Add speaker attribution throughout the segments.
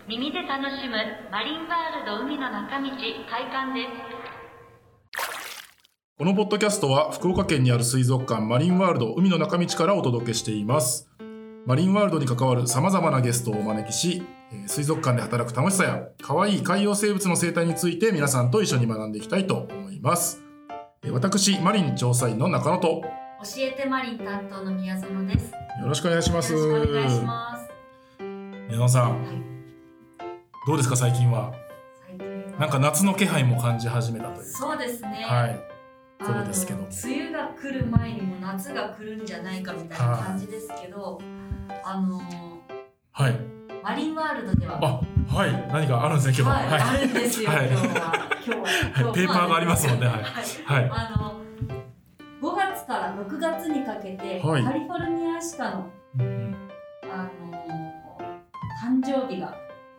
Speaker 1: 耳で楽しむマリンワールド海の中道開館です。
Speaker 2: このポッドキャストは福岡県にある水族館マリンワールド海の中道からお届けしています。マリンワールドに関わる様々なゲストをお招きし、水族館で働く楽しさや可愛い海洋生物の生態について皆さんと一緒に学んでいきたいと思います。私マリン調査員の中野と
Speaker 1: 教えてマリン担当の宮園です。
Speaker 2: よろしくお願いします。
Speaker 1: よろしくお願いします。
Speaker 2: 宮園さん、
Speaker 1: はい、
Speaker 2: どうですか最近は。なんか夏の気配も感じ始めたという。
Speaker 1: そうですね。
Speaker 2: はい。そうですけど、
Speaker 1: 梅雨が来る前にも夏が来るんじゃないかみたいな感じですけど、
Speaker 2: はい。
Speaker 1: マリンワールドでは
Speaker 2: はい、何かあるんですね今日は。
Speaker 1: はい、あるんですよ、
Speaker 2: はい、
Speaker 1: 今日は
Speaker 2: ペーパーがありますもんね。はい。
Speaker 1: はい。5月から6月にかけて、
Speaker 2: はい、
Speaker 1: カリフォルニアアシカの、誕生日が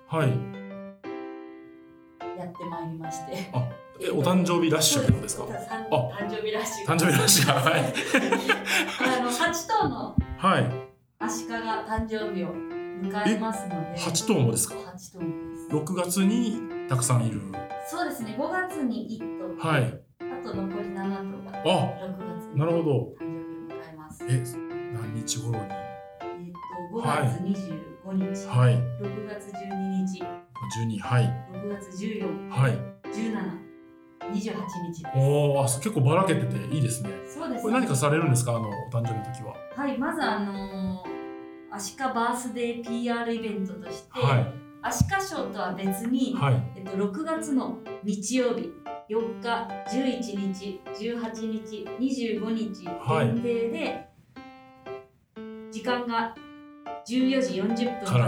Speaker 1: やってまいりまして、
Speaker 2: お誕生日ラッシュってことですか。
Speaker 1: 誕生日ラッシュ。
Speaker 2: 誕生日ラッシュ。はい。
Speaker 1: 8頭のアシカが誕生日を迎えますので。
Speaker 2: 8頭もですか。
Speaker 1: 8頭もです。
Speaker 2: 6月にたくさんいる。
Speaker 1: そうですね。5月に1頭。
Speaker 2: はい。
Speaker 1: あと残り7頭が6月に
Speaker 2: なるほど。
Speaker 1: 誕生日を迎えます。
Speaker 2: 何日頃に
Speaker 1: ？5月25日、
Speaker 2: はい、
Speaker 1: 6月12日、
Speaker 2: 12、はい、
Speaker 1: 6月14、
Speaker 2: はい、
Speaker 1: 17、28日です。
Speaker 2: 結構ばらけてていいですね。
Speaker 1: そうですね。
Speaker 2: これ何かされるんですか、お誕生日の時は。
Speaker 1: はい、まずアシカバースデー PR イベントとして、アシカショーとは別に、6月の日曜日4日、11日、18日、25日限定で、時間が14時40分から、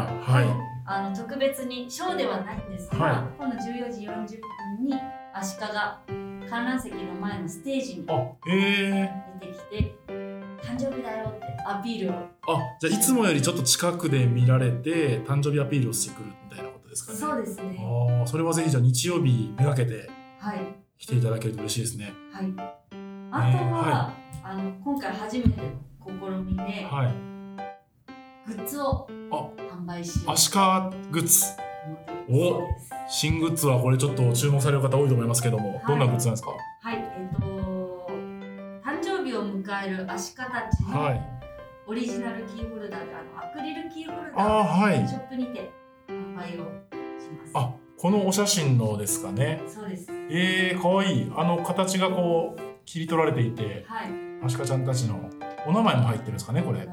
Speaker 1: 特別にショーではないんですが、この14時40分にアシカが観覧席の前のステージに出てきて、誕生日だよってアピールを。
Speaker 2: じゃあいつもよりちょっと近くで見られて誕生日アピールをしてくるみたいなことですかね。
Speaker 1: そうですね。
Speaker 2: それはぜひじゃあ日曜日めがけて来ていただけると嬉しいですね。
Speaker 1: はい。あとは、今回初めての試みで、グッズを販売しよう。
Speaker 2: アシカグッズ。新グッズはこれちょっと注目される方多いと思いますけども、どんなグッズなんですか。
Speaker 1: はい、誕生日を迎えるアシカたちのオリジナルキーホルダーで、アクリルキーホルダーをショップにて販売をします。
Speaker 2: このお写真のですかね。
Speaker 1: そうです。
Speaker 2: かわいい。形がこう切り取られていて、アシカちゃんたちのお名前も入ってるんですかね、これ。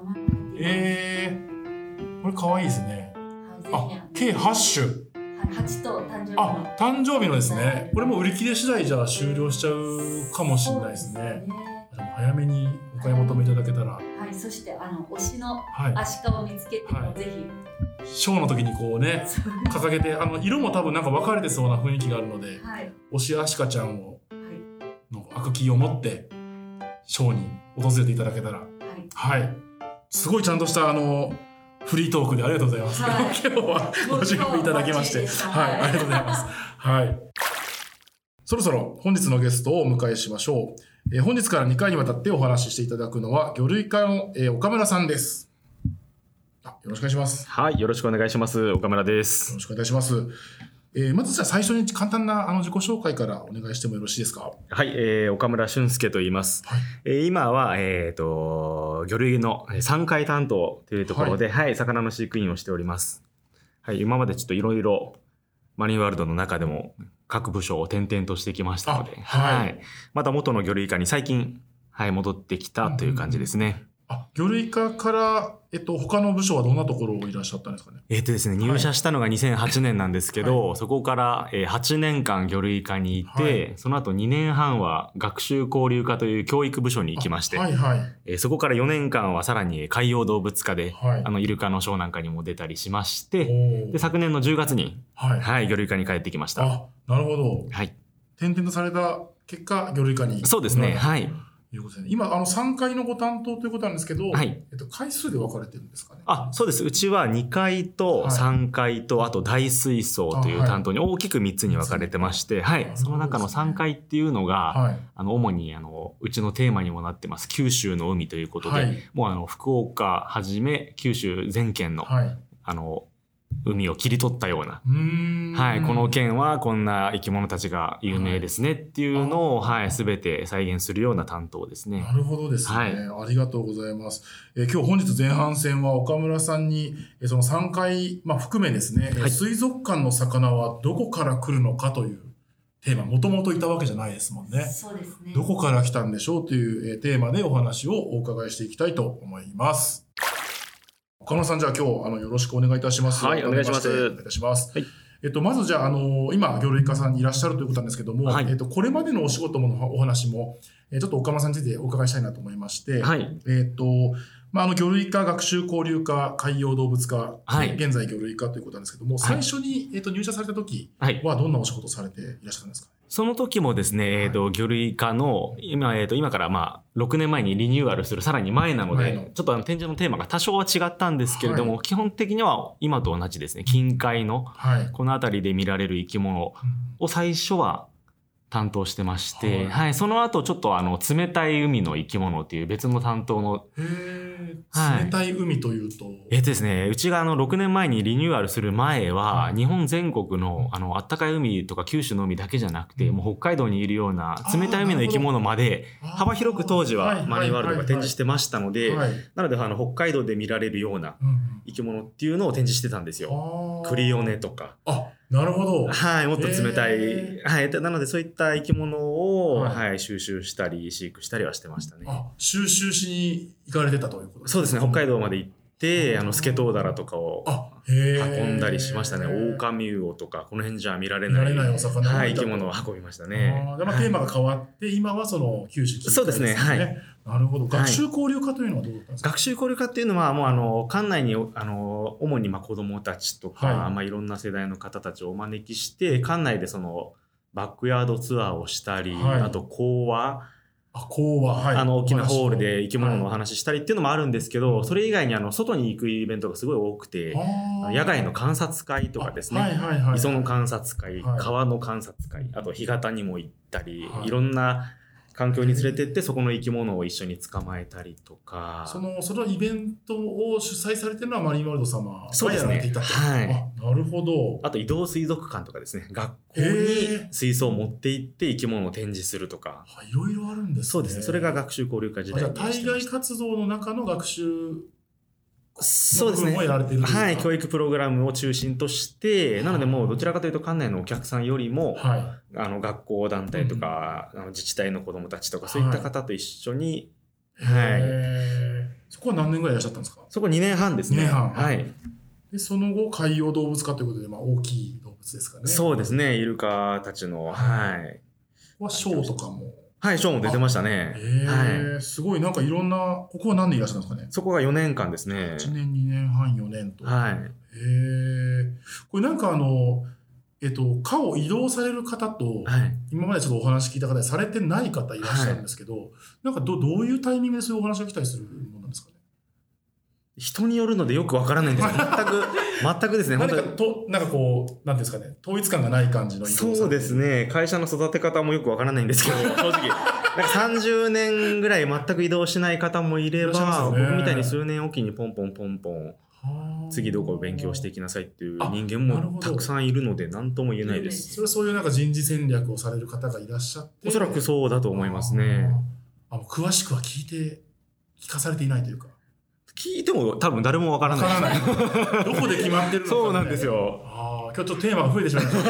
Speaker 2: これかわいいですね。計8種。
Speaker 1: 8頭誕生日の。
Speaker 2: 誕生日のですね。これも売り切れ次第じゃ終了しちゃうかもしれないですね。早めにお買い求めいただけたら。
Speaker 1: そして推しのアシカを見つけてぜひ。
Speaker 2: ショーの時にこうね掲げて、色も多分なんか分かれてそうな雰囲気があるので、推しアシカちゃんをのアクキーを持ってショーに訪れていただけたら、すごいちゃんとしたフリートークでありがとうございます。今日はご準備いただきまして、ありがとうございます。そろそろ本日のゲストをお迎えしましょう。本日から2回にわたってお話ししていただくのは魚類課の、岡村さんです。よろしくお願いします。
Speaker 3: はい、よろしくお願いします。岡村です。
Speaker 2: よろしくお願いします。まずじゃあ最初に簡単な自己紹介からお願いしてもよろしいですか。
Speaker 3: はい、岡村俊介と言います。今は、魚類の3階担当というところで、魚の飼育員をしております。今までちょっといろいろマリンワールドの中でも各部署を転々としてきましたので、また元の魚類課に最近、戻ってきたという感じですね。
Speaker 2: 魚類課から他の部署はどんなところをいらっしゃったんですかね。
Speaker 3: ですね、入社したのが2008年なんですけど、そこから8年間魚類課にいて、その後2年半は学習交流課という教育部署に行きまして、そこから4年間はさらに海洋動物課で、イルカのショーなんかにも出たりしまして、で昨年の10月に、魚類課に帰ってきました。
Speaker 2: なるほど。転々とされた結果魚類課に。
Speaker 3: そうですね。
Speaker 2: いうことですね。今3階のご担当ということなんですけど、階数で分かれてるんですかね。
Speaker 3: そうです。うちは2階と3階と、あと大水槽という担当に大きく3つに分かれてまして、その中の3階っていうのが、主にうちのテーマにもなってます九州の海ということで、もう福岡はじめ九州全県の、 海を切り取ったような、はい、この県はこんな生き物たちが有名ですねっていうのを、はい、全て再現するような担当ですね。
Speaker 2: なるほどですね。はい、ありがとうございます。今日本日前半戦は岡村さんにその3回、含めですね、はい、水族館の魚はどこから来るのかというテーマ、もともといたわけじゃないですもんね。
Speaker 1: そうですね。
Speaker 2: どこから来たんでしょうというテーマでお話をお伺いしていきたいと思います。岡村さん、じゃあ今日よろしくお願いいたします。
Speaker 3: はい、お願いします。
Speaker 2: お願いいたします。はい、まずじゃあ、今、魚類課さんにいらっしゃるということなんですけども、はい、これまでのお仕事のお話も、ちょっと岡村さんについてお伺いしたいなと思いまして、はい、魚類課、学習交流課、海洋動物課、はい、現在魚類課ということなんですけども、最初に、入社された時はどんなお仕事をされていらっしゃったんですか？
Speaker 3: その時もですね、魚類課の、今から6年前にリニューアルするさらに前なので、ちょっと展示のテーマが多少は違ったんですけれども、はい、基本的には今と同じですね、近海の、この辺りで見られる生き物を最初は担当してまして、はいはい、その後ちょっと冷たい海の生き物っていう別の担当の。
Speaker 2: 冷たい海というと、
Speaker 3: ですね、うちが6年前にリニューアルする前は、日本全国のあったかい海とか九州の海だけじゃなくて、もう北海道にいるような冷たい海の生き物まで幅広く当時はマニュアルとか展示してましたので、なので北海道で見られるような生き物っていうのを展示してたんですよ。クリオネとか。
Speaker 2: なるほど。
Speaker 3: はい、もっと冷たい。はい、なのでそういった生き物を、はい、収集したり飼育したりはしてましたね。
Speaker 2: 収集しに行かれてたということですか？
Speaker 3: そうですね、北海道まで行って、スケトウダラとかを運んだりしましたね。オオカミウオとか、この辺じゃ見られない
Speaker 2: お魚、
Speaker 3: はい、生き物を運びましたね。
Speaker 2: テーマが変わって、今はその九州、
Speaker 3: そうですね、はい。
Speaker 2: なるほど。学習交流課というのはどうだったんですか？
Speaker 3: 学習交流課っていうのは、もう館内に主に子供たちとか、いろんな世代の方たちをお招きして、館内でそのバックヤードツアーをしたり、あと講話、大きなホールで生き物のお話ししたりっていうのもあるんですけど、それ以外に外に行くイベントがすごい多くて、野外の観察会とかですね、磯の観察会、川の観察会、あと干潟にも行ったり、いろんな環境に連れてってそこの生き物を一緒に捕まえたりとか。
Speaker 2: そのイベントを主催されてるのはマリンワールド様
Speaker 3: がやられていた。はい。
Speaker 2: なるほど。
Speaker 3: あと移動水族館とかですね。学校に水槽を持って行って生き物を展示するとか。
Speaker 2: いろいろあるんですね。
Speaker 3: そうですね。それが学習交流課時代に
Speaker 2: してました。対外活動の中の学習
Speaker 3: そうですね。はい。教育プログラムを中心として、なのでもうどちらかというと館内のお客さんよりも、学校団体とか、自治体の子どもたちとかそういった方と一緒に、はい。
Speaker 2: そこは何年ぐらいいらっしゃったんですか？
Speaker 3: そこ2年半ですね。2
Speaker 2: 年半。
Speaker 3: はい。
Speaker 2: で、その後、海洋動物科ということで、大きい動物ですかね。
Speaker 3: そうですね。イルカたちの、はい。
Speaker 2: ショーとかも。
Speaker 3: はい、ショーも出てましたね。
Speaker 2: はい。すごい、なんかいろんな、ここは何年いらっしゃるんですかね？
Speaker 3: そこが4年間ですね。
Speaker 2: 1年、2年半、4年と。
Speaker 3: はい。
Speaker 2: これなんか課を移動される方と、今までちょっとお話聞いた方でされてない方いらっしゃるんですけど、なんかどういうタイミングでそういうお話が来たりするものなんですかね？
Speaker 3: 人によるのでよくわからないんですよ。全くですね。
Speaker 2: なんかなんていうんですかね、統一感がない感じの移動されてる。
Speaker 3: そうですね。会社の育て方もよくわからないんですけど、正直。なんか30年ぐらい全く移動しない方もいれば、僕みたいに数年おきにポンポンポンポン、次どこを勉強していきなさいっていう人間もたくさんいるので何とも言えないです。
Speaker 2: それはそういうなんか人事戦略をされる方がいらっしゃって。
Speaker 3: おそらくそうだと思いますね。
Speaker 2: 詳しくは聞かされていないというか。
Speaker 3: 聞いても多分誰もわからない。
Speaker 2: わからない。どこで決まってるのか、
Speaker 3: そうなんですよ。
Speaker 2: 今日ちょっとテーマが増えてしまいました。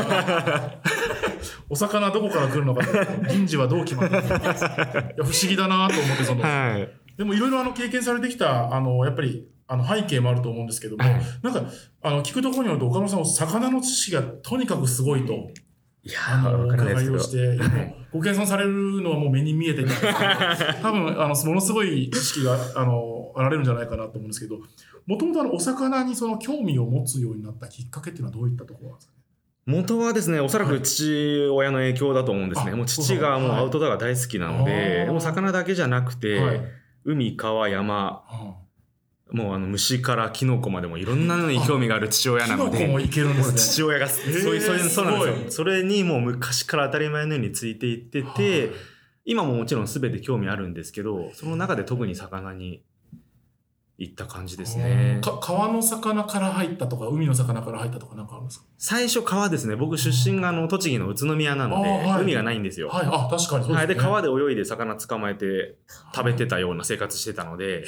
Speaker 2: お魚どこから来るのか、人事はどう決まってるのか。不思議だなと思って
Speaker 3: はい、
Speaker 2: でもいろいろ経験されてきたやっぱり背景もあると思うんですけども、なんか聞くところによると岡村さんは魚の知識がとにかくすごいと。お伺いをして、ご謙遜されるのはもう目に見えていたんですけど、多分、ものすごい知識が、あられるんじゃないかなと思うんですけど、もともとお魚にその興味を持つようになったきっかけっていうのはどういったところなんですかね？
Speaker 3: 元はですね、おそらく父親の影響だと思うんですね。もう父がもうアウトドアが大好きなので、もう魚だけじゃなくて、海、川、山、もう虫からキノコまでもいろんなのに興味がある父親なので。
Speaker 2: キノコもいけるんですね。
Speaker 3: 父親が、そうなんですよ。それにもう昔から当たり前のようについていってて、今ももちろん全て興味あるんですけど、その中で特に魚にいった感じですね。
Speaker 2: 川の魚から入ったとか、海の魚から入ったとかなんかあるんですか？
Speaker 3: 最初川ですね。僕出身が栃木の宇都宮なので、はい、海がないんですよ。
Speaker 2: はい、あ、確かにそうですね。はい、
Speaker 3: で、川で泳いで魚捕まえて食べてたような生活してたので。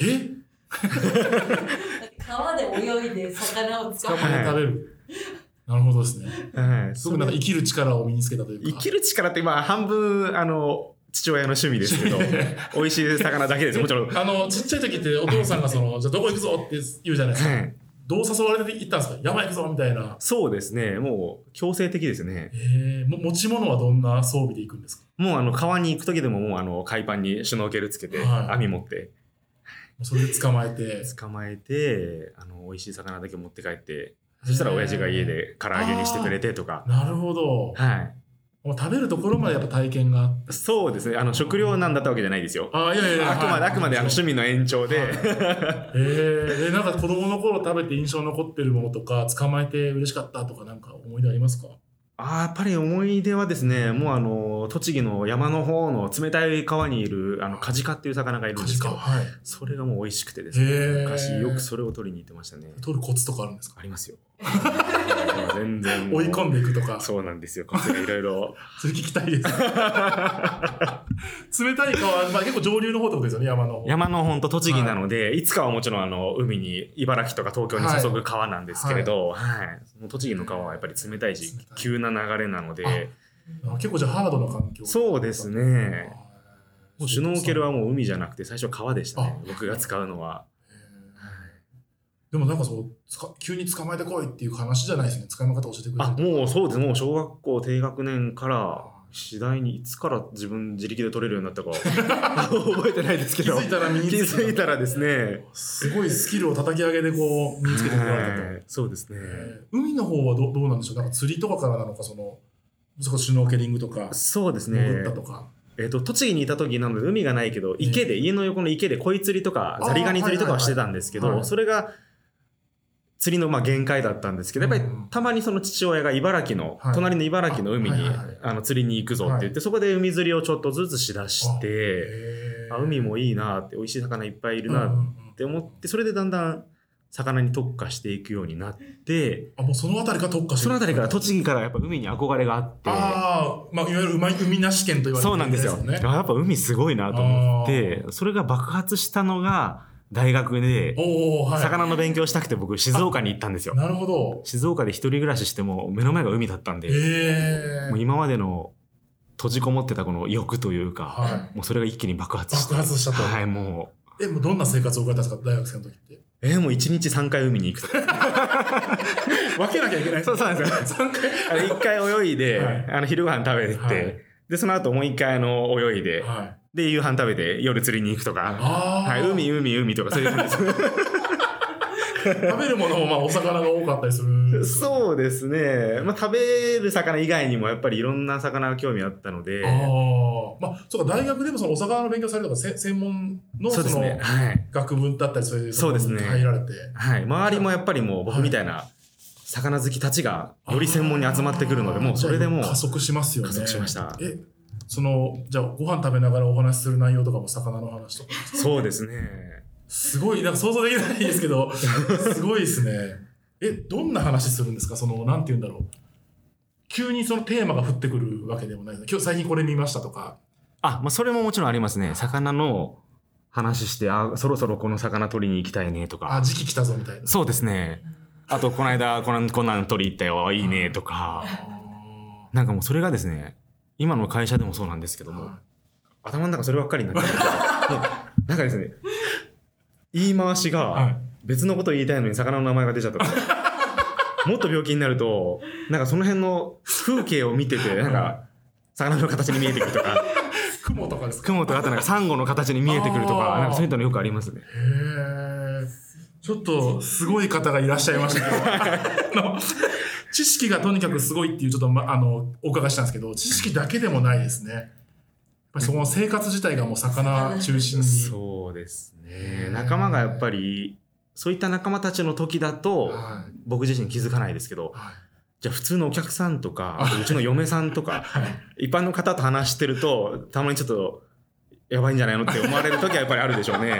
Speaker 1: 川で泳いで魚を捕まえて
Speaker 2: 食べる。なるほどですね。はい。すごくなんか生きる力を身につけたというか。
Speaker 3: 生きる力って半分、父親の趣味ですけど、美味しい魚だけです。もちろん。
Speaker 2: ちっちゃい時ってお父さんがじゃあどこ行くぞって言うじゃないですか。どう誘われて行ったんですか？山行くぞみたいな。
Speaker 3: そうですね。もう強制的ですね。
Speaker 2: 持ち物はどんな装備で行くんですか？
Speaker 3: もう川に行く時でももう海パンにシュノーケルつけて、網持って。
Speaker 2: それで捕まえて、
Speaker 3: 美味しい魚だけ持って帰って、そしたら親父が家で唐揚げにしてくれてとか。
Speaker 2: なるほど。はい。もう食べるところまでやっぱ体験があって。
Speaker 3: そうですね。食料なんだったわけじゃないですよ。
Speaker 2: いや。
Speaker 3: あくまで趣味の延長で。
Speaker 2: なんか子供の頃食べて印象残ってるものとか、捕まえて嬉しかったとかなんか思い出ありますか？
Speaker 3: やっぱり思い出はですね、もう栃木の山の方の冷たい川にいるカジカっていう魚がいるんですけど、はい、それがもう美味しくてですね、昔よくそれを取りに行ってましたね。
Speaker 2: 取るコツとかあるんですか？
Speaker 3: ありますよ。全然
Speaker 2: 追い込んでいくとか。
Speaker 3: そうなんですよ。コツがいろいろ。
Speaker 2: それ聞きたいです。冷たい川、結構上流の方ってことですよね、山の方。
Speaker 3: 山の方と栃木なので、いつかはもちろん海に、茨城とか東京に注ぐ川なんですけれど、栃木の川はやっぱり冷たいし、急な流れなので。
Speaker 2: 結構じゃあハードな環境。
Speaker 3: そうですね。もうシュノーケルはもう海じゃなくて最初川でしたね、僕が使うのは。
Speaker 2: でもなんか急に捕まえてこいっていう話じゃないですね。使い方教えてくれる。
Speaker 3: もうそうです。もう小学校低学年から次第にいつから自力で取れるようになったか覚えてないですけど。
Speaker 2: 気づいたら身につけた。
Speaker 3: 気づいたらですね。
Speaker 2: すごいスキルを叩き上げで身につけてこられたと。
Speaker 3: そうですね。
Speaker 2: 海の方はどうなんでしょう。なんか釣りとかからなのかシュノーケリングとか。
Speaker 3: そうですね。
Speaker 2: 潜ったとか。
Speaker 3: 栃木にいた時なので海がないけど、家の横の池で鯉釣りとかザリガニ釣りとかはしてたんですけど、それが釣りの限界だったんですけど、やっぱりたまにその父親が隣の茨城の海に釣りに行くぞって言って、そこで海釣りをちょっとずつしだして、海もいいなって、美味しい魚いっぱいいるなって思って、それでだんだん魚に特化していくようになって、
Speaker 2: もうそのあたりから特化して
Speaker 3: そのあたりから栃木からやっぱ海に憧れがあって、
Speaker 2: いわゆる海なし県と言われてるんですね。
Speaker 3: そうなんですよ。やっぱ海すごいなと思って、それが爆発したのが、大学で、魚の勉強したくて僕、静岡に行ったんですよ。
Speaker 2: なるほど。
Speaker 3: 静岡で一人暮らししても、目の前が海だったんで、もう今までの閉じこもってたこの欲というか、もうそれが一気に爆発して。
Speaker 2: 爆発したと。
Speaker 3: はい、も
Speaker 2: う。もうどんな生活を送られたんですか、大学生の時って。
Speaker 3: もう1日3回海に行くと。
Speaker 2: 分けなきゃいけない。
Speaker 3: そうなんですよ。3回。1回泳いで、昼ご飯食べて、で、その後もう1回泳いで、で、夕飯食べて夜釣りに行くとか、海とかそういう感じです。
Speaker 2: 食べるものもお魚が多かったりする。
Speaker 3: そうですね。食べる魚以外にもやっぱりいろんな魚が興味あったので。
Speaker 2: そうか、大学でもお魚の勉強されるとか専門の学部だったりそういうところに入られて。
Speaker 3: はい。周りもやっぱりもう僕みたいな魚好きたちがより専門に集まってくるので、もうそれでもう
Speaker 2: 加速しますよね。
Speaker 3: 加速しました。
Speaker 2: じゃあご飯食べながらお話しする内容とかも魚の話とか。
Speaker 3: そうですね。
Speaker 2: すごい、なんか想像できないですけど、すごいですね。どんな話するんですか？なんて言うんだろう。急にそのテーマが降ってくるわけでもないです。今日最近これ見ましたとか。
Speaker 3: それももちろんありますね。魚の話して、そろそろこの魚取りに行きたいねとか。
Speaker 2: 時期来たぞみたいな。
Speaker 3: そうですね。あと、この間、こんなん取り行ったよ、いいねとか。なんかもうそれがですね、今の会社でもそうなんですけども、頭の中そればっかりになってなんかですね、言い回しが別のこと言いたいのに魚の名前が出ちゃったとか、もっと病気になるとなんかその辺の風景を見ててなんか魚の形に見えてくるとか
Speaker 2: 雲とかですか？
Speaker 3: 雲とかあとなんかサンゴの形に見えてくるとか、なんかそういうのよくありますね。
Speaker 2: ちょっとすごい方がいらっしゃいましたけど知識がとにかくすごいっていうちょっと、お伺いしたんですけど、知識だけでもないですね。やっぱりその生活自体がもう魚中心に。
Speaker 3: そうですね。仲間がやっぱりそういった仲間たちの時だと僕自身気づかないですけど、じゃあ普通のお客さんとかうちの嫁さんとか一般の方と話してるとたまにちょっとやばいんじゃないのって思われる時はやっぱりあるでしょうね。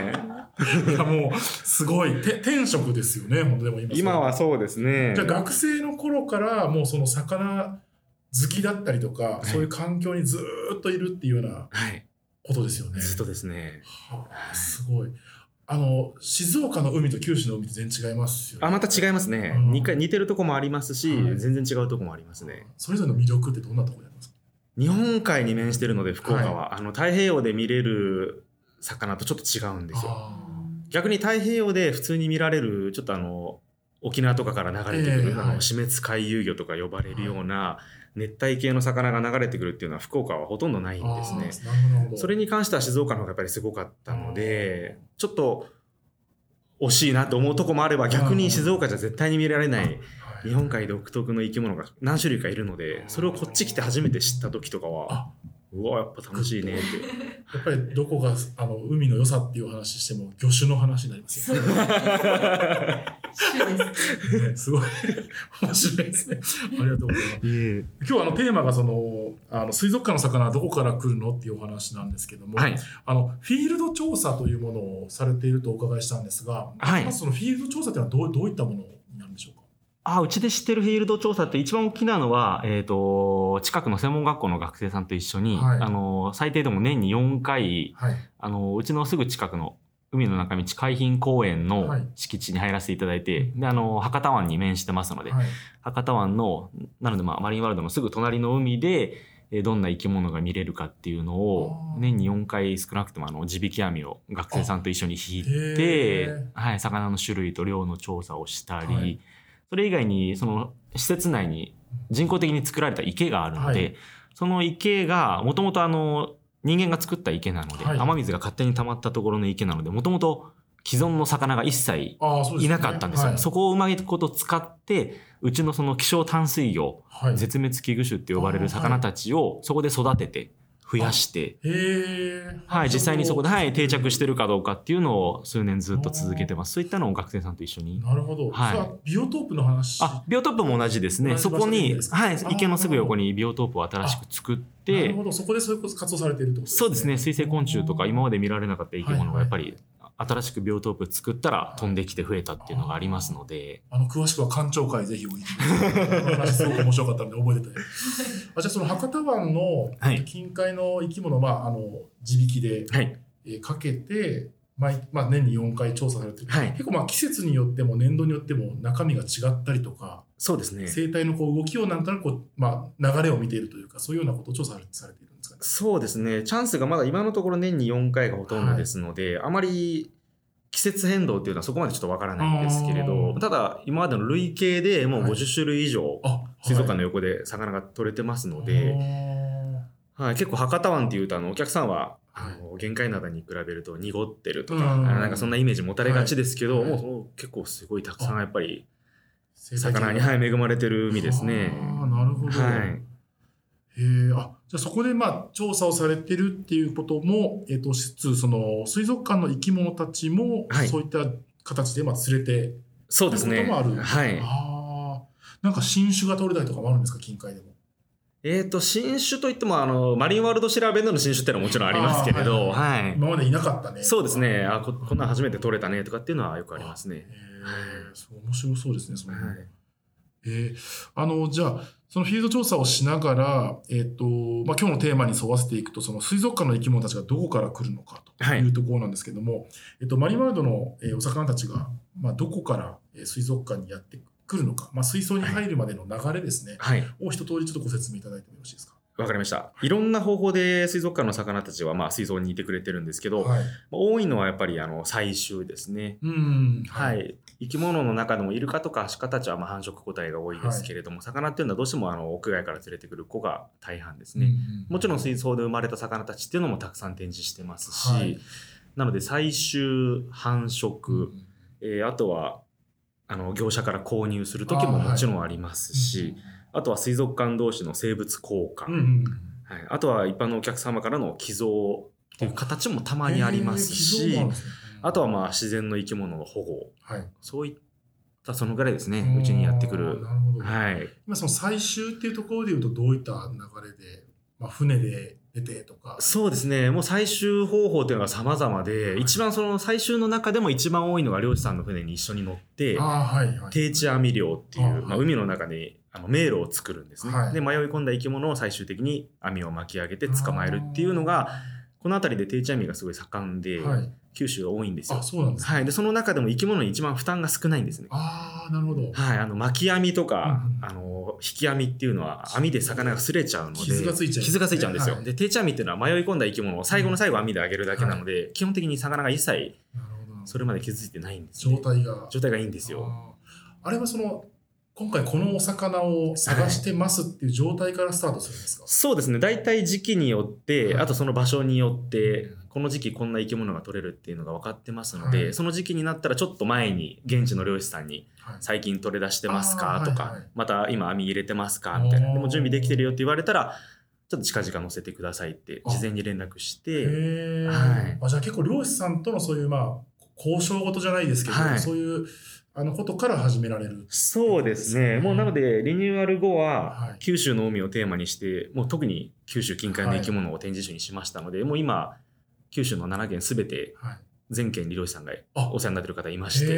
Speaker 2: いやもうすごい天職ですよね。本当でも
Speaker 3: 今はそうですね。
Speaker 2: じゃあ学生の頃からもうその魚好きだったりとか、はい、そういう環境にずっといるっていうようなことですよね。
Speaker 3: ずっとですね。
Speaker 2: はあ、すごい。静岡の海と九州の海って全然違いますよね。
Speaker 3: また違いますね。似てるとこもありますし、はい、全然違うとこもありますね。
Speaker 2: それぞれの魅力ってどんなところにありますか？
Speaker 3: 日本海に面してるので福岡は、はい、太平洋で見れる魚とちょっと違うんですよ。逆に太平洋で普通に見られるちょっと沖縄とかから流れてくる、死滅回遊魚とか呼ばれるような熱帯系の魚が流れてくるっていうのは福岡はほとんどないんですね。それに関しては静岡の方がやっぱりすごかったので、ちょっと惜しいなと思うとこもあれば、逆に静岡じゃ絶対に見られない日本海独特の生き物が何種類かいるので、それをこっち来て初めて知った時とかは、うわやっぱ楽しいねって。
Speaker 2: やっぱりどこが海の良さっていう話しても魚種の話になりますよね。すごい面白いですね。ありがとうございます。今日テーマが水族館の魚はどこから来るのっていうお話なんですけども、はい、フィールド調査というものをされているとお伺いしたんですが、はい、まずそのフィールド調査というのはどういったものになるんでしょうか？
Speaker 3: うちで知ってるフィールド調査って一番大きなのは、近くの専門学校の学生さんと一緒に、はい、最低でも年に4回、はい、うちのすぐ近くの海の中道海浜公園の敷地に入らせていただいて、で博多湾に面してますので、はい、博多湾のなのでマリンワールドのすぐ隣の海でどんな生き物が見れるかっていうのを年に4回少なくとも地引き網を学生さんと一緒に引いて、はい、魚の種類と量の調査をしたり、はい、それ以外にその施設内に人工的に作られた池があるので、はい、その池がもともと人間が作った池なので、はい、雨水が勝手に溜まったところの池なので、もともと既存の魚が一切いなかったんですよ。はい、そこをうまいこと使って、うちのその希少淡水魚、はい、絶滅危惧種って呼ばれる魚たちをそこで育てて、増やして、はい、実際にそこで、はい、定着してるかどうかっていうのを数年ずっと続けてます。そういったのを学生さんと一緒に。
Speaker 2: なるほど。はい、それはビオトープの話？
Speaker 3: ビオトープも同じですね。そこに、はい、池のすぐ横にビオトープを新しく作って、
Speaker 2: なるほど。そこでそういう活動されているってことですね。
Speaker 3: そうですね。水生昆虫とか今まで見られなかった生き物がやっぱり、新しくビオトープ作ったら飛んできて増えたっていうのがありますので、
Speaker 2: 詳しくは館長会ぜひお聞きください。話すごく面白かったので覚えてて。じゃあその博多湾の近海の生き物、地引きで、はい、かけて、年に4回調査されてる、はい、結構季節によっても年度によっても中身が違ったりとか、
Speaker 3: そうですね、
Speaker 2: 生態の動きをなんとなく流れを見ているというか、そういうようなことを調査されているんですかね。
Speaker 3: そうですね。チャンスがまだ今のところ年に4回がほとんどですので、はい、あまり季節変動っていうのはそこまでちょっとわからないんですけれど、ただ今までの累計でもう50種類以上、水族館の横で魚が取れてますので、はい、結構博多湾っていうとお客さんは玄界灘に比べると濁ってるとか、なんかそんなイメージ持たれがちですけど、はい、もう結構すごいたくさんやっぱり魚に恵まれてる海ですね。
Speaker 2: なるほど。
Speaker 3: はい。
Speaker 2: じゃあそこで調査をされてるっていうことも、しつつ、その水族館の生き物たちも、そういった形で連れて、
Speaker 3: そうですね。
Speaker 2: こともある。
Speaker 3: はい。
Speaker 2: なんか新種が取れたりとかもあるんですか、近海でも。
Speaker 3: 新種といっても、マリンワールド調べでの新種っていうのはもちろんありますけれど、はい。
Speaker 2: 今までいなかったね。
Speaker 3: そうですね。こんな初めて取れたねとかっていうのはよくありますね。
Speaker 2: 面白そうですね、その辺。じゃあ、そのフィールド調査をしながら、今日のテーマに沿わせていくと、その水族館の生き物たちがどこから来るのかというところなんですけども、マリンワールドのお魚たちが、どこから水族館にやってくるのか、水槽に入るまでの流れですね、を一通りちょっとご説明いただいてもよろしいですか。
Speaker 3: わかりました。いろんな方法で水族館の魚たちは水槽にいてくれてるんですけど、多いのはやっぱり採集ですね。はい。生き物の中でもイルカとかアシカたちは繁殖個体が多いですけれども、魚っていうのはどうしても屋外から連れてくる子が大半ですね。もちろん水槽で生まれた魚たちっていうのもたくさん展示してますし、なので採集、繁殖、あとは業者から購入する時ももちろんありますし、あとは水族館同士の生物交換、あとは一般のお客様からの寄贈っていう形もたまにありますし、あとは自然の生き物の保護、そういったそのぐらいですね、うちにやってくる。
Speaker 2: なるほど。今その採集っていうところでいうとどういった流れで、船で出てとか。
Speaker 3: そうですね。もう採集方法っていうのが様々で、一番その採集の中でも一番多いのが漁師さんの船に一緒に乗って、定置網漁っていう、海の中に迷路を作るんですね。で、迷い込んだ生き物を最終的に網を巻き上げて捕まえるっていうのが、この辺りで定置網がすごい盛んで、九州が多いんですよ。
Speaker 2: そうなんですね。
Speaker 3: で、その中でも生き物に一番負担が少ないんですね。
Speaker 2: なるほど。
Speaker 3: 巻き網とか、引き網っていうのは網で魚が擦れちゃうので、傷がついちゃうんですよ。で、定置網っていうのは迷い込んだ生き物を最後の最後網で上げるだけなので、基本的に魚が一切それまで傷ついてないんです、
Speaker 2: 状態が
Speaker 3: いいんですよ。
Speaker 2: あれは今回このお魚を探してますっていう状態からスタートするんですか？
Speaker 3: そうですね。大体時期によって、あとその場所によって、この時期こんな生き物が取れるっていうのが分かってますので、その時期になったらちょっと前に現地の漁師さんに最近取れ出してますかとか、また今網入れてますかみたいな。でも準備できてるよって言われたら、ちょっと近々乗せてくださいって事前に連絡して。
Speaker 2: じゃあ結構漁師さんとのそういう交渉事じゃないですけど、そういうことから始められる。
Speaker 3: そうですね。もうなのでリニューアル後は九州の海をテーマにして、もう特に九州近海の生き物を展示種にしましたので、もう今九州の7県すべて全県に漁師さんがお世話になっている方いまして。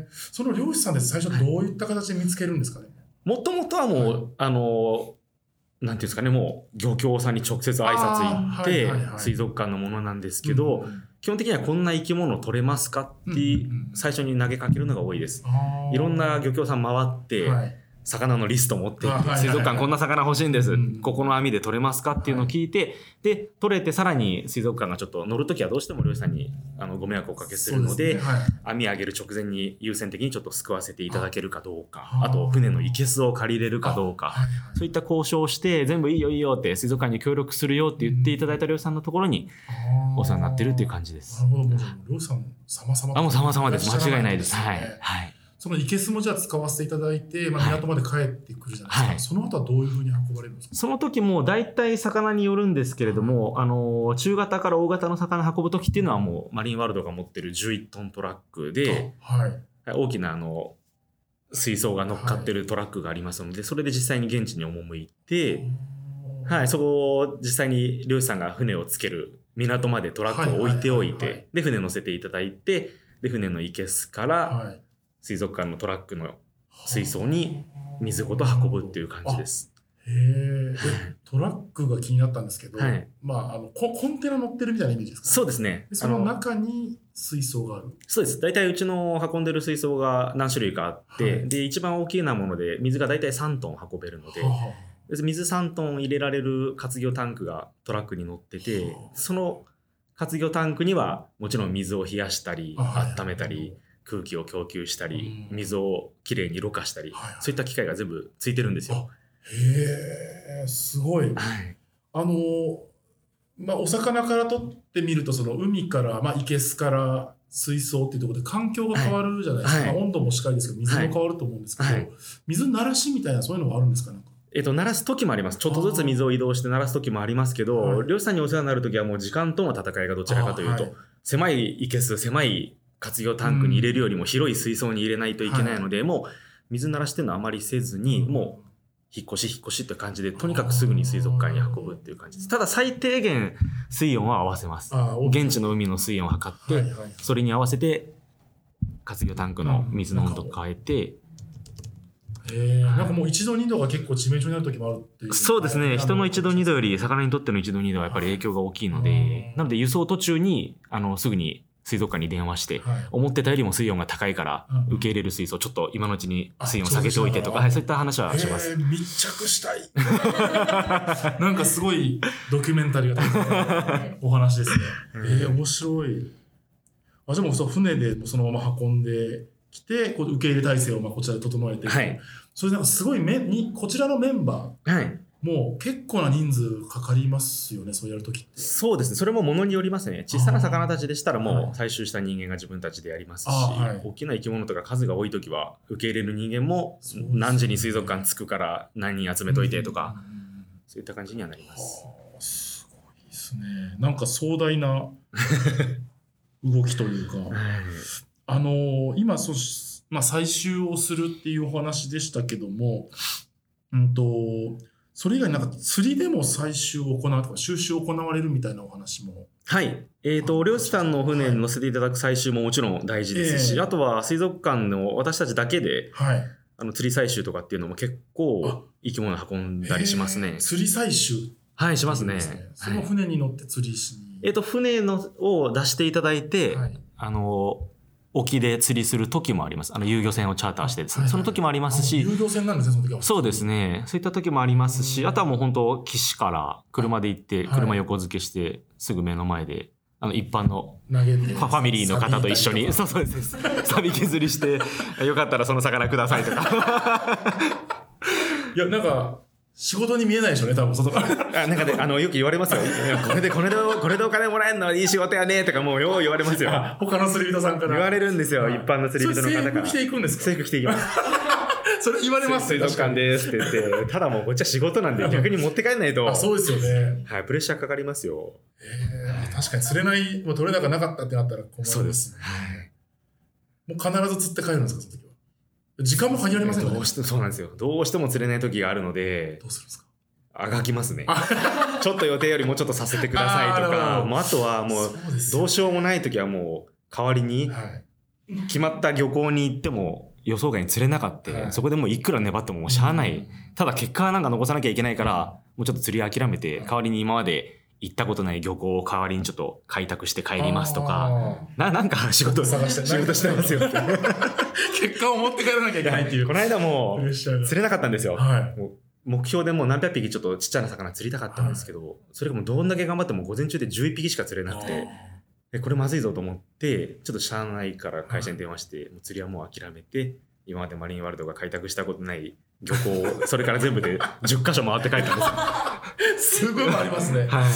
Speaker 2: その漁師さんで最初どういった形で見つけるんですかね？
Speaker 3: もともとはもうなんていうんですかね、もう漁協さんに直接挨拶行って水族館のものなんですけど、基本的にはこんな生き物取れますかって最初に投げかけるのが多いです。いろんな漁協さん回って、魚のリスト持って水族館こんな魚欲しいんです。ここの網で取れますかっていうのを聞いて、で、取れてさらに水族館がちょっと乗るときはどうしても漁師さんにご迷惑をおかけするので、網上げる直前に優先的にちょっと救わせていただけるかどうか、あと船の生けすを借りれるかどうか、そういった交渉をして全部いいよいいよって水族館に協力するよって言っていただいた漁師さんのところにお世話になってるっていう感じです。
Speaker 2: なるほど。漁師さん様々。
Speaker 3: もう様々です。間違いないです。はい。
Speaker 2: その生けすもじゃあ使わせていただいて、港まで帰ってくるじゃないですか。その後はどういうふうに運ばれるんですか？
Speaker 3: その時も大体魚によるんですけれども、中型から大型の魚運ぶ時っていうのはもうマリンワールドが持ってる11トントラックで、大きな水槽が乗っかってるトラックがありますので、それで実際に現地に赴いて、そこを実際に漁師さんが船をつける港までトラックを置いておいて、で、船乗せていただいて、で、船の生けすから、水族館のトラックの水槽に水ごと運ぶっていう感じです。
Speaker 2: トラックが気になったんですけど、コンテナ乗ってるみたいなイメージですか？
Speaker 3: そうですね。
Speaker 2: その中に水槽がある？
Speaker 3: そうです。大体うちの運んでる水槽が何種類かあって、で、一番大きなもので水が大体3トン運べるので、水3トン入れられる活魚タンクがトラックに乗ってて、その活魚タンクにはもちろん水を冷やしたり、温めたり、空気を供給したり、水をきれいにろ過したり、そういった機械が全部ついてるんですよ。
Speaker 2: すごい。お魚から取ってみると、その海から、生けすから水槽っていうところで環境が変わるじゃないですか。温度もしっかりですけど、水も変わると思うんですけど、水慣らしみたいなそういうのがあるんですかね？
Speaker 3: 慣らす時もあります。ちょっとずつ水を移動して慣らす時もありますけど、漁師さんにお世話になる時はもう時間との戦いがどちらかというと、狭い生けす、狭い活魚タンクに入れるよりも広い水槽に入れないといけないので、もう水慣らしっていうのはあまりせずに、もう引っ越しって感じで、とにかくすぐに水族館に運ぶっていう感じです。ただ最低限水温は合わせます。現地の海の水温を測って、それに合わせて活魚タンクの水の温度を変えて、
Speaker 2: なんかもう1度2度が結構致命傷になる時もあるっていう。
Speaker 3: そうですね。人の1度2度より魚にとっての1度2度はやっぱり影響が大きいので、なので輸送途中にすぐに水族館に電話して、思ってたよりも水温が高いから受け入れる水槽ちょっと今のうちに水温下げておいてとか、そういった話はします。
Speaker 2: 密着したい。なんかすごいドキュメンタリーがお話ですね。面白い。じゃあもう船でそのまま運んできて、こう受け入れ体制をこちらで整えて、それなんかすごいこちらのメンバー、もう結構な人数かかりますよね、そうやるときって。
Speaker 3: そうですね。それもものによりますね。小さな魚たちでしたらもう採集した人間が自分たちでやりますし、大きな生き物とか数が多いときは受け入れる人間も何時に水族館着くから何人集めといてとか、そういった感じにはなります。
Speaker 2: すごいですね。なんか壮大な動きというか、今採集をするっていうお話でしたけども、 それ以外になんか釣りでも採集を行うとか収集を行われるみたいなお話も。
Speaker 3: はい。漁師さんの船に乗せていただく採集ももちろん大事ですし、あとは水族館の私たちだけで、はい、釣り採集とかっていうのも結構生き物運んだりしますね。
Speaker 2: 釣り採集、
Speaker 3: はい、しますね。
Speaker 2: その船に乗って釣りしに。
Speaker 3: 船を出していただいて、はい、沖で釣りする時もあります。遊漁船をチャーターしてですね。はいはい、その時もありますし。
Speaker 2: 遊漁船なんですね、その時は。
Speaker 3: そうですね。そういった時もありますし、あとはもう本当岸から車で行って、車横付けして、すぐ目の前で、一般のファミリーの方と一緒に、そうです。サビ削りして、よかったらその魚くださいとか。
Speaker 2: いや、なんか、仕事に見えないでしょうね、多分外から。
Speaker 3: なんかね、よく言われますよ。これでお金もらえるのはいい仕事やねとか、もうよう言われますよ。
Speaker 2: 他の釣り人さんから。
Speaker 3: 言われるんですよ、一般の釣り人の方から。
Speaker 2: 制服着ていくんですか？
Speaker 3: 制服着ていきます。
Speaker 2: それ言われます
Speaker 3: 水族館ですって言って、ただもうこっちは仕事なんで逆に持って帰んないと。
Speaker 2: あ、そうですよね。
Speaker 3: はい、プレッシャーかかりますよ。
Speaker 2: 確かに釣れない、もう取れ高なかったってなったら困りますね。
Speaker 3: そうです。はい。
Speaker 2: もう必ず釣って帰るんですか、その時は。時間も限られませんよね。
Speaker 3: そうなんですよ。どうしても釣れない時があるので。
Speaker 2: どうするんですか？
Speaker 3: あがきますね。ちょっと予定よりもうちょっとさせてくださいとか、あとはもうどうしようもない時はもう代わりに決まった漁港に行っても予想外に釣れなかった、そこでもういくら粘ってももうしゃあない。ただ結果はなんか残さなきゃいけないから、もうちょっと釣り諦めて、代わりに今まで行ったことない漁港を代わりにちょっと開拓して帰りますとか、なんか仕事してますよ。
Speaker 2: 結果を持って帰らなきゃいけないっていう。
Speaker 3: この間も釣れなかったんですよ。もう目標でもう何百匹ちょっとちっちゃな魚釣りたかったんですけど、それがもうどんだけ頑張っても午前中で11匹しか釣れなくて、これまずいぞと思って、ちょっとしゃあないから会社に電話して、釣りはもう諦めて、今までマリンワールドが開拓したことない漁港を、それから全部で10カ所回って帰ったんです
Speaker 2: よ。すごい回りますね。
Speaker 3: はい。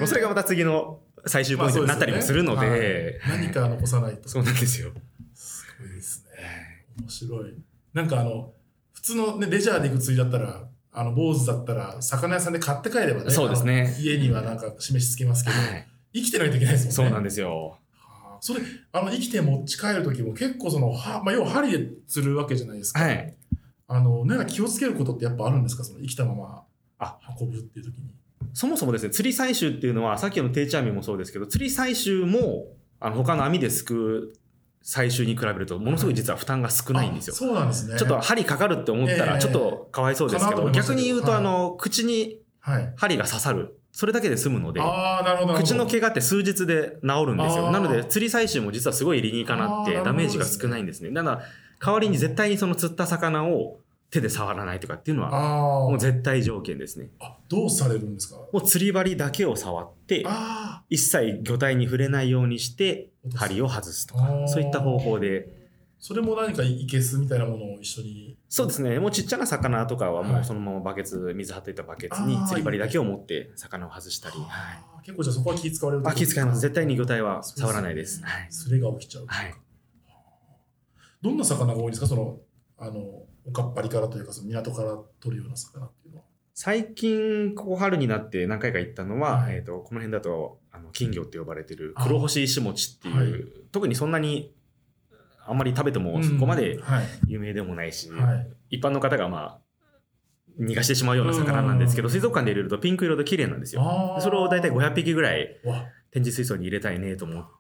Speaker 3: それがまた次の最終ポイントになったりもするので。
Speaker 2: 何か残さないと。
Speaker 3: そうなんですよ。
Speaker 2: すごいですね。面白い。なんか普通のね、レジャーで行く釣りだったら、坊主だったら、魚屋さんで買って帰ればね。
Speaker 3: そうですね。
Speaker 2: 家にはなんか示しつけますけど、生きてないといけないですもんね。
Speaker 3: そうなんですよ。
Speaker 2: それ、生きて持ち帰るときも結構要は針で釣るわけじゃないですか。はい。なんか気をつけることってやっぱあるんですか？生きたまま運ぶっていうときに。
Speaker 3: そもそもですね、釣り採集っていうのは、さっきの定置網もそうですけど、釣り採集も、他の網ですくう採集に比べるとものすごい実は負担が少ないんですよ。
Speaker 2: そうなんですね。
Speaker 3: ちょっと針かかるって思ったらちょっとかわいそうですけど、逆に言うと口に針が刺さる。それだけで済むので、口の怪我って数日で治るんですよ。なので釣り採集も実はすごい理にかなってダメージが少ないんですね。だから代わりに絶対にその釣った魚を手で触らないとかっていうのはもう絶対条件ですね。
Speaker 2: どうされるんですか？
Speaker 3: もう釣り針だけを触って一切魚体に触れないようにして針を外すとか、そういった方法で。
Speaker 2: それも何かいけすみたいなものを一緒に。
Speaker 3: そうですね。もうちっちゃな魚とかはもうそのままバケツ、水張っていたバケツに釣り針だけを持って魚を外したり。
Speaker 2: 結構じゃあそこは気使われる？
Speaker 3: 気使います。絶対に魚体は触らないです。
Speaker 2: それが起きちゃう。どんな魚が多いですか？おかっぱりからというか、港から取るような魚っていうのは。
Speaker 3: 最近、ここ春になって何回か行ったのは、この辺だと、金魚って呼ばれている黒星石餅っていう、特にそんなにあんまり食べてもそこまで有名でもないし、一般の方が逃がしてしまうような魚なんですけど、水族館で入れるとピンク色で綺麗なんですよ。それをだいたい500匹ぐらい展示水槽に入れたいねと思って、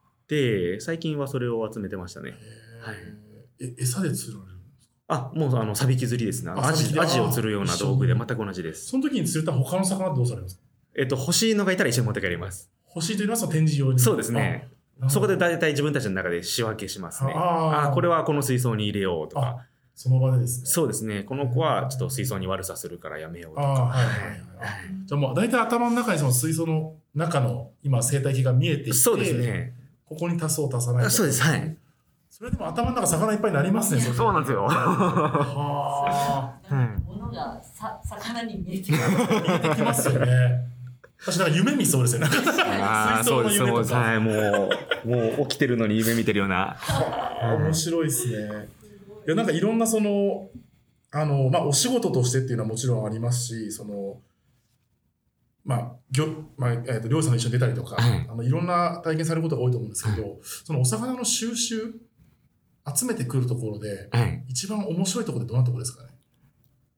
Speaker 3: 最近はそれを集めてましたね。
Speaker 2: 餌で釣られるんですか？
Speaker 3: もうサビキ釣りですね。アジを釣るような道具で全く同じです。
Speaker 2: その時に釣れた他の魚ってどうされますか？
Speaker 3: 欲しいのがいたら一緒に持って帰ります。
Speaker 2: 欲しいというのはその展示用に？
Speaker 3: そうですね。そこで大体自分たちの中で仕分けしますね。これはこの水槽に入れようとか。
Speaker 2: その場でですね。
Speaker 3: そうですね。この子はちょっと水槽に悪さするからやめようとか。
Speaker 2: じゃあもう大体頭の中にその水槽の中の今生態系が見えていて、
Speaker 3: そうですね。
Speaker 2: ここに足そう足さないと。
Speaker 3: そうです。はい。
Speaker 2: それでも頭の中魚いっぱいになりますね。
Speaker 3: そうなんですよ。
Speaker 1: 物が魚に見えて
Speaker 2: きますよね。私なんか夢見そうですよね。
Speaker 3: そうです。もう起きてるのに夢見てるような。
Speaker 2: 面白いですね。いやなんかいろんなお仕事としてっていうのはもちろんありますし、漁師さんと一緒に出たりとか、いろんな体験されることが多いと思うんですけど、そのお魚の収集集めてくるところで、一番面白いところってどんなところですかね？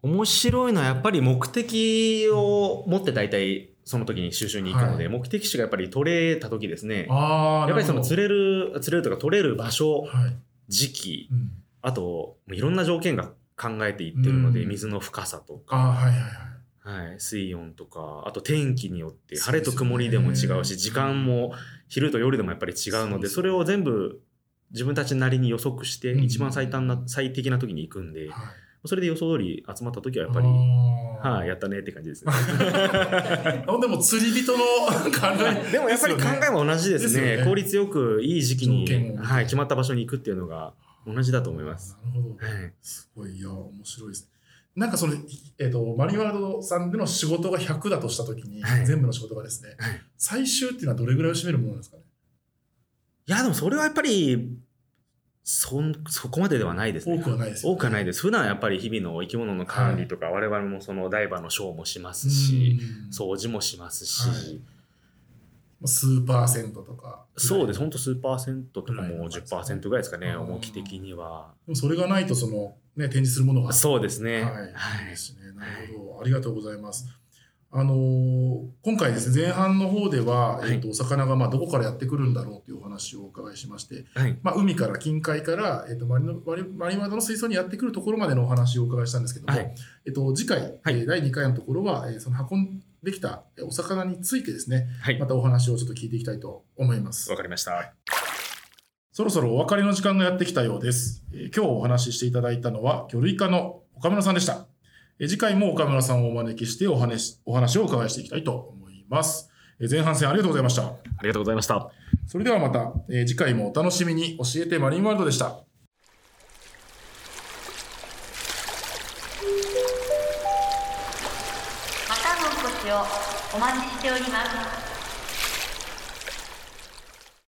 Speaker 3: 面白いのはやっぱり目的を持って大体その時に収集に行くので、はい、目的地がやっぱり取れた時ですね。やっぱりその釣れるとか取れる場所、はい、時期、あといろんな条件が考えていってるので、水の深さとか、はいはいはい、水温とか、あと天気によって晴れと曇りでも違うし、時間も昼と夜でもやっぱり違うので、それを全部自分たちなりに予測して一番最適な時に行くんで、それで予想通り集まった時はやっぱりやったねって感じですね。
Speaker 2: でも釣り人の考え
Speaker 3: でもやっぱり考えも同じですね。効率よくいい時期に、決まった場所に行くっていうのが同じだと思います。
Speaker 2: なるほど。すごい、いや面白いですね。なんかそのマリンワールドさんでの仕事が100だとした時に、全部の仕事がですね、最終っていうのはどれぐらいを占めるものなんですかね。
Speaker 3: いやでもそれはやっぱりそこまでではないですね。
Speaker 2: 多くはないですよね。
Speaker 3: 多くはないです。普段やっぱり日々の生き物の管理とか、我々もそのダイバーのショーもしますし、掃除もしますし、
Speaker 2: 数パーセントとか。
Speaker 3: そうです。本当数パーセントとかも 10% ぐらいですかね、重き的には。
Speaker 2: でもそれがないとそのね、展示するものが。
Speaker 3: そうですね。
Speaker 2: はい。いいですね。なるほど。ありがとうございます。今回ですね、前半の方では、お魚がどこからやってくるんだろうというお話をお伺いしまして、海から近海から、マリンワールドの水槽にやってくるところまでのお話をお伺いしたんですけども、次回、第2回のところは、その運んできたお魚についてですね、またお話をちょっと聞いていきたいと思います。
Speaker 3: わかりました。
Speaker 2: そろそろお別れの時間がやってきたようです。今日お話ししていただいたのは、魚類科の岡村さんでした。次回も岡村さんをお招きしてお話をお伺いしていきたいと思います。前半戦ありがとうございました。あ
Speaker 3: りがとうございました。
Speaker 2: それではまた、次回もお楽しみに。教えてマリンワールドでした。ま
Speaker 1: たのお越しをお待ちしております。